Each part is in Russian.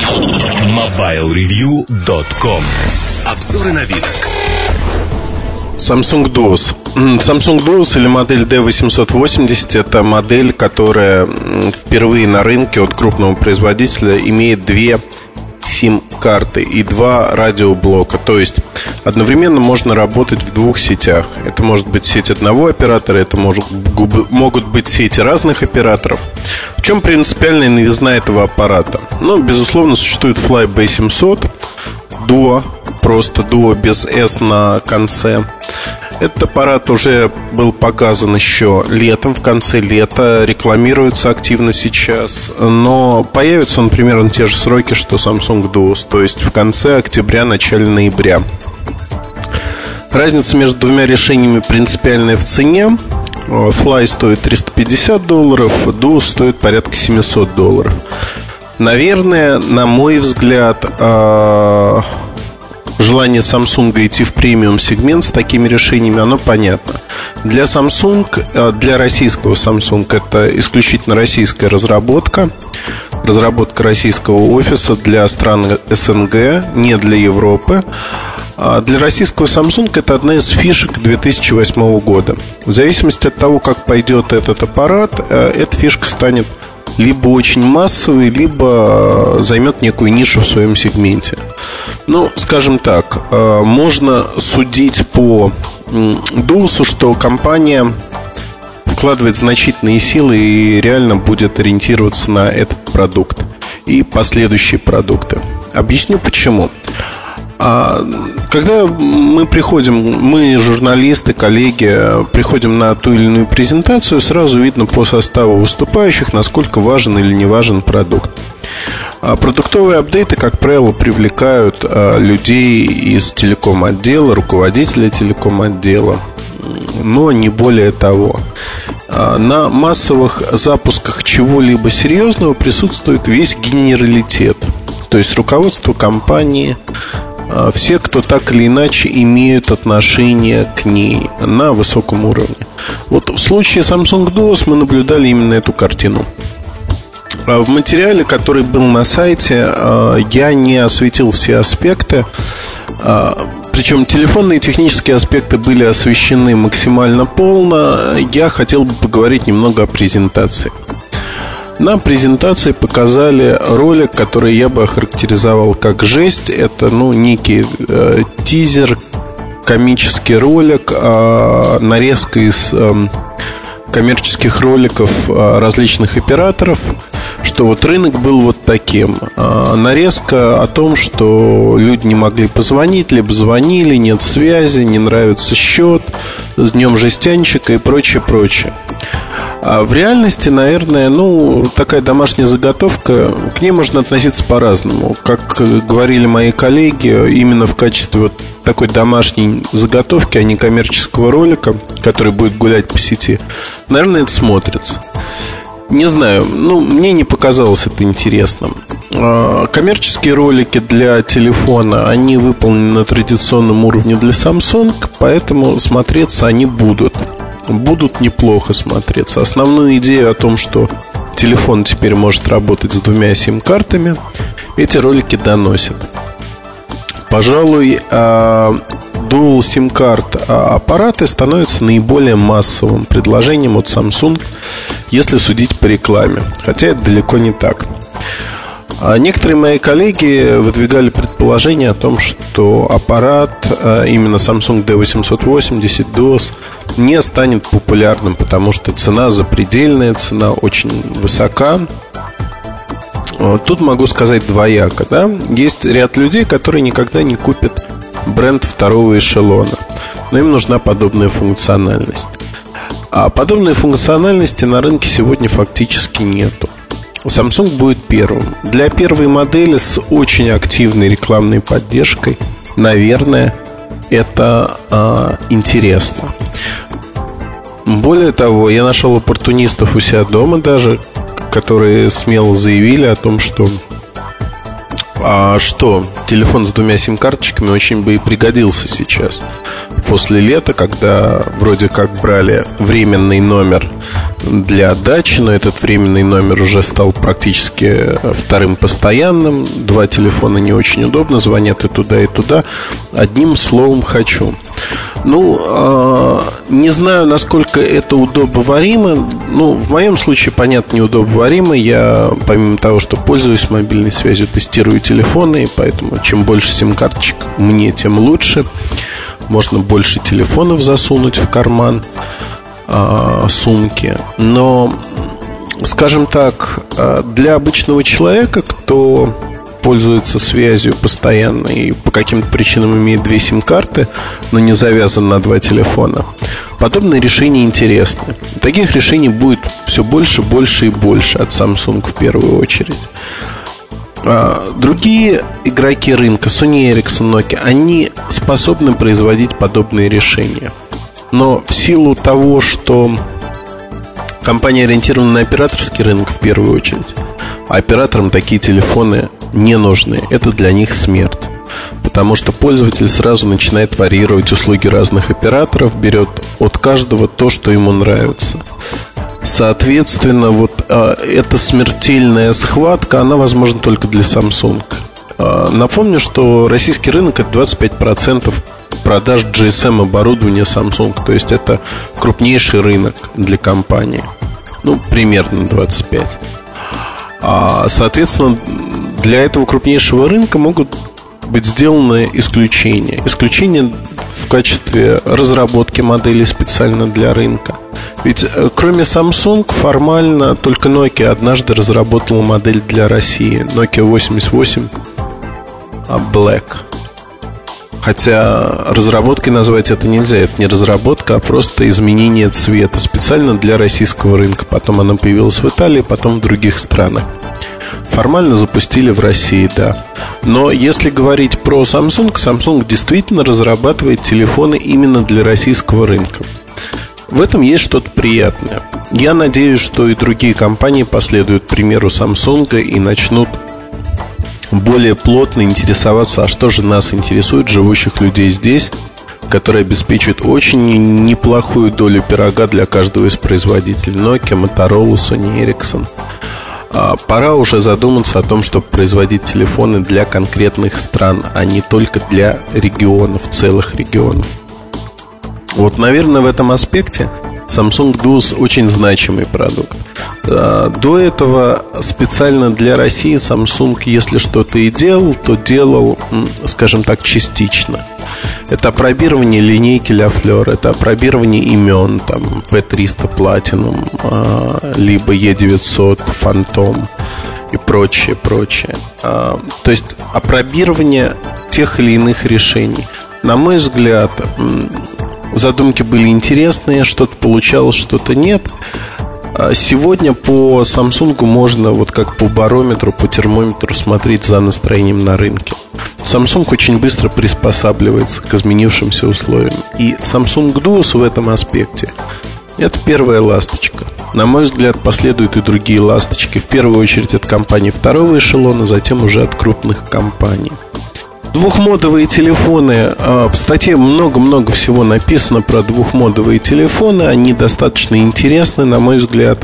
MobileReview.com. Обзоры новинок. Samsung Duos. Samsung Duos или модель D880 – это модель, которая впервые на рынке от крупного производителя имеет две сим-карты и два радиоблока. То есть одновременно можно работать в двух сетях. Это может быть сеть одного оператора, это могут быть сети разных операторов. В чем принципиальная новизна этого аппарата? Ну, безусловно, существует Fly B700 Duo, просто Duo без S на конце. Этот аппарат уже был показан еще летом, в конце лета, рекламируется активно сейчас, но появится он примерно те же сроки, что Samsung Duos, то есть в конце октября, начале ноября. Разница между двумя решениями принципиальная в цене. Fly стоит $350, Duos стоит порядка $700. Наверное, на мой взгляд, желание Samsung идти в премиум-сегмент с такими решениями, оно понятно. Для Samsung, для российского Samsung, это исключительно российская разработка российского офиса для стран СНГ, не для Европы. Для российского Samsung это одна из фишек 2008 года. В зависимости от того, как пойдет этот аппарат, эта фишка станет либо очень массовый, либо займет некую нишу в своем сегменте. Ну, скажем так, можно судить по Duos, что компания вкладывает значительные силы и реально будет ориентироваться на этот продукт и последующие продукты. Объясню почему. Когда мы, журналисты, коллеги, приходим на ту или иную презентацию, сразу видно по составу выступающих, насколько важен или не важен продукт. Продуктовые апдейты, как правило, привлекают людей из телеком-отдела, руководителя телеком-отдела, но не более того. На массовых запусках чего-либо серьезного присутствует весь генералитет, то есть руководство компании, все, кто так или иначе имеют отношение к ней на высоком уровне. Вот в случае Samsung Duos мы наблюдали именно эту картину. В материале, который был на сайте, я не осветил все аспекты. Причем телефонные и технические аспекты были освещены максимально полно. Я хотел бы поговорить немного о презентации. На презентации показали ролик, который я бы охарактеризовал как жесть. Это, некий тизер, комический ролик, нарезка из коммерческих роликов различных операторов, что вот рынок был вот таким. Нарезка о том, что люди не могли позвонить, либо звонили, нет связи, не нравится счет, с днем жестянщика и прочее. А в реальности, наверное, такая домашняя заготовка, к ней можно относиться по-разному. Как говорили мои коллеги, именно в качестве вот такой домашней заготовки, а не коммерческого ролика, который будет гулять по сети, наверное, это смотрится. Не знаю, мне не показалось это интересным. Коммерческие ролики для телефона, они выполнены на традиционном уровне для Samsung, поэтому смотреться они будут неплохо смотреться. Основную идею о том, что телефон теперь может работать с двумя сим-картами, эти ролики доносят. Пожалуй, Dual SIM-карт аппараты становятся наиболее массовым предложением от Samsung, если судить по рекламе. Хотя это далеко не так. Некоторые мои коллеги выдвигали предположение о том, что аппарат, именно Samsung D880 Duos, не станет популярным, потому что цена запредельная, цена очень высока. Тут могу сказать двояко, да? Есть ряд людей, которые никогда не купят бренд второго эшелона, но им нужна подобная функциональность. А подобной функциональности на рынке сегодня фактически нету. Samsung будет первым. Для первой модели с очень активной рекламной поддержкой, наверное, это интересно. Более того, я нашел оппортунистов у себя дома даже, которые смело заявили о том, что телефон с двумя сим-карточками очень бы и пригодился сейчас, после лета, когда вроде как брали временный номер для дачи, но этот временный номер уже стал практически вторым постоянным. 2 телефона не очень удобно, звонят и туда, и туда. Одним словом, хочу. Не знаю, насколько это удобоваримо. В моем случае, понятно, неудобоваримо. Я, помимо того, что пользуюсь мобильной связью, тестирую телефоны, и поэтому чем больше сим-карточек мне, тем лучше. Можно больше телефонов засунуть в карман сумки. Но, скажем так, для обычного человека, кто пользуется связью постоянно и по каким-то причинам имеет 2 сим-карты, но не завязан на 2 телефона, подобные решения интересны. Таких решений будет все больше, больше и больше от Samsung в первую очередь. Другие игроки рынка, Sony Ericsson, Nokia, они способны производить подобные решения. Но в силу того, что компания ориентирована на операторский рынок в первую очередь, а операторам такие телефоны не нужны. Это для них смерть. Потому что пользователь сразу начинает варьировать услуги разных операторов, берет от каждого то, что ему нравится. Соответственно, эта смертельная схватка, она возможна только для Samsung. Напомню, что российский рынок — это 25% продаж GSM оборудования Samsung. То есть это крупнейший рынок для компании. Примерно 25%. Соответственно, для этого крупнейшего рынка могут быть сделаны исключения. Исключения в качестве разработки моделей специально для рынка. Ведь кроме Samsung формально только Nokia однажды разработала модель для России, Nokia 88 Black. Хотя разработкой назвать это нельзя. Это не разработка, а просто изменение цвета специально для российского рынка. Потом она появилась в Италии, потом в других странах. Формально запустили в России, да. Но если говорить про Samsung действительно разрабатывает телефоны именно для российского рынка. В этом есть что-то приятное. Я надеюсь, что и другие компании последуют примеру Samsung и начнут более плотно интересоваться, а что же нас интересует, живущих людей здесь, которые обеспечивают очень неплохую долю пирога для каждого из производителей: Nokia, Motorola, Sony Ericsson. Пора уже задуматься о том, чтобы производить телефоны для конкретных стран, а не только для регионов, целых регионов. Наверное, в этом аспекте Samsung Duos очень значимый продукт. До этого специально для России Samsung, если что-то и делал, то делал, скажем так, частично. Это опробирование линейки La Fleur, это опробирование имен, там P300 Platinum, либо E900 Phantom и прочее. То есть опробирование тех или иных решений. На мой взгляд, задумки были интересные, что-то получалось, что-то нет. Сегодня по Samsung можно, как по барометру, по термометру, смотреть за настроением на рынке. Samsung очень быстро приспосабливается к изменившимся условиям. И Samsung Duos в этом аспекте — это первая ласточка. На мой взгляд, последуют и другие ласточки. В первую очередь от компаний второго эшелона, затем уже от крупных компаний. Двухмодовые телефоны. В статье много-много всего написано про двухмодовые телефоны. Они достаточно интересны, на мой взгляд.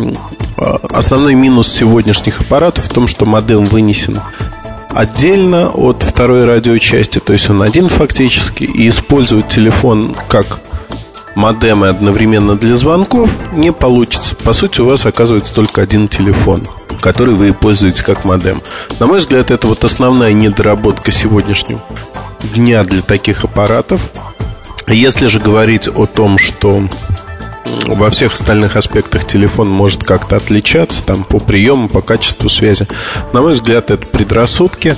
Основной минус сегодняшних аппаратов в том, что модем вынесен отдельно от второй радиочасти. То есть он один фактически. И использовать телефон как модемы одновременно для звонков не получится. По сути, у вас оказывается только один телефон, который вы пользуетесь как модем. На мой взгляд, это основная недоработка сегодняшнего дня для таких аппаратов. Если же говорить о том, что во всех остальных аспектах телефон может как-то отличаться, там, по приему, по качеству связи, на мой взгляд, это предрассудки.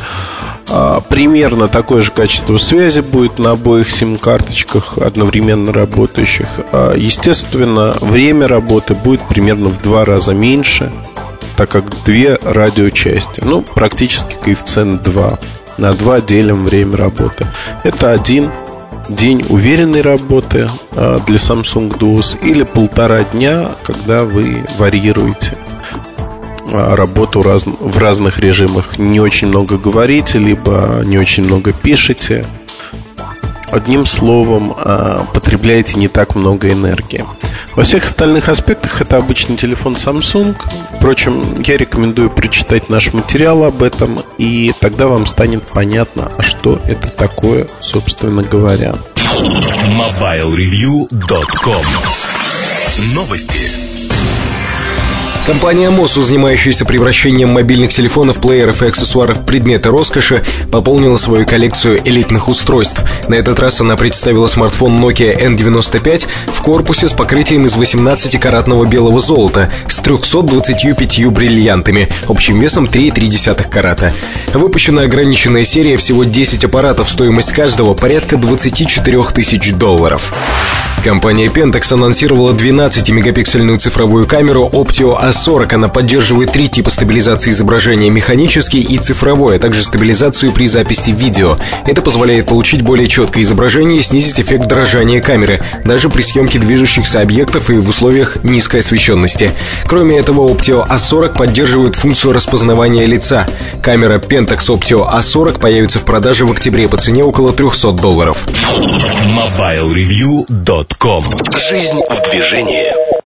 Примерно такое же качество связи будет на обоих сим-карточках одновременно работающих. Естественно, время работы будет примерно в 2 раза меньше, так как 2 радиочасти. Практически коэффициент 2. На 2 делим время работы. Это 1 день уверенной работы для Samsung Duos или 1,5 дня, когда вы варьируете работу в разных режимах. Не очень много говорите, либо не очень много пишете. Одним словом, потребляете не так много энергии. Во всех остальных аспектах это обычный телефон Samsung. Впрочем, я рекомендую прочитать наш материал об этом, и тогда вам станет понятно, а что это такое, собственно говоря. MobileReview.com. Новости. Компания Mosu, занимающаяся превращением мобильных телефонов, плееров и аксессуаров в предметы роскоши, пополнила свою коллекцию элитных устройств. На этот раз она представила смартфон Nokia N95 в корпусе с покрытием из 18-каратного белого золота с 325 бриллиантами, общим весом 3,3 карата. Выпущена ограниченная серия, всего 10 аппаратов, стоимость каждого порядка $24 тысяч. Компания Pentax анонсировала 12-мегапиксельную цифровую камеру Optio A40. Она поддерживает 3 типа стабилизации изображения: механический и цифровой, а также стабилизацию при записи видео. Это позволяет получить более четкое изображение и снизить эффект дрожания камеры, даже при съемке движущихся объектов и в условиях низкой освещенности. Кроме этого, Optio A40 поддерживает функцию распознавания лица. Камера Pentax Optio A40 появится в продаже в октябре по цене около $300. MobileReview.com. Жизнь в движении.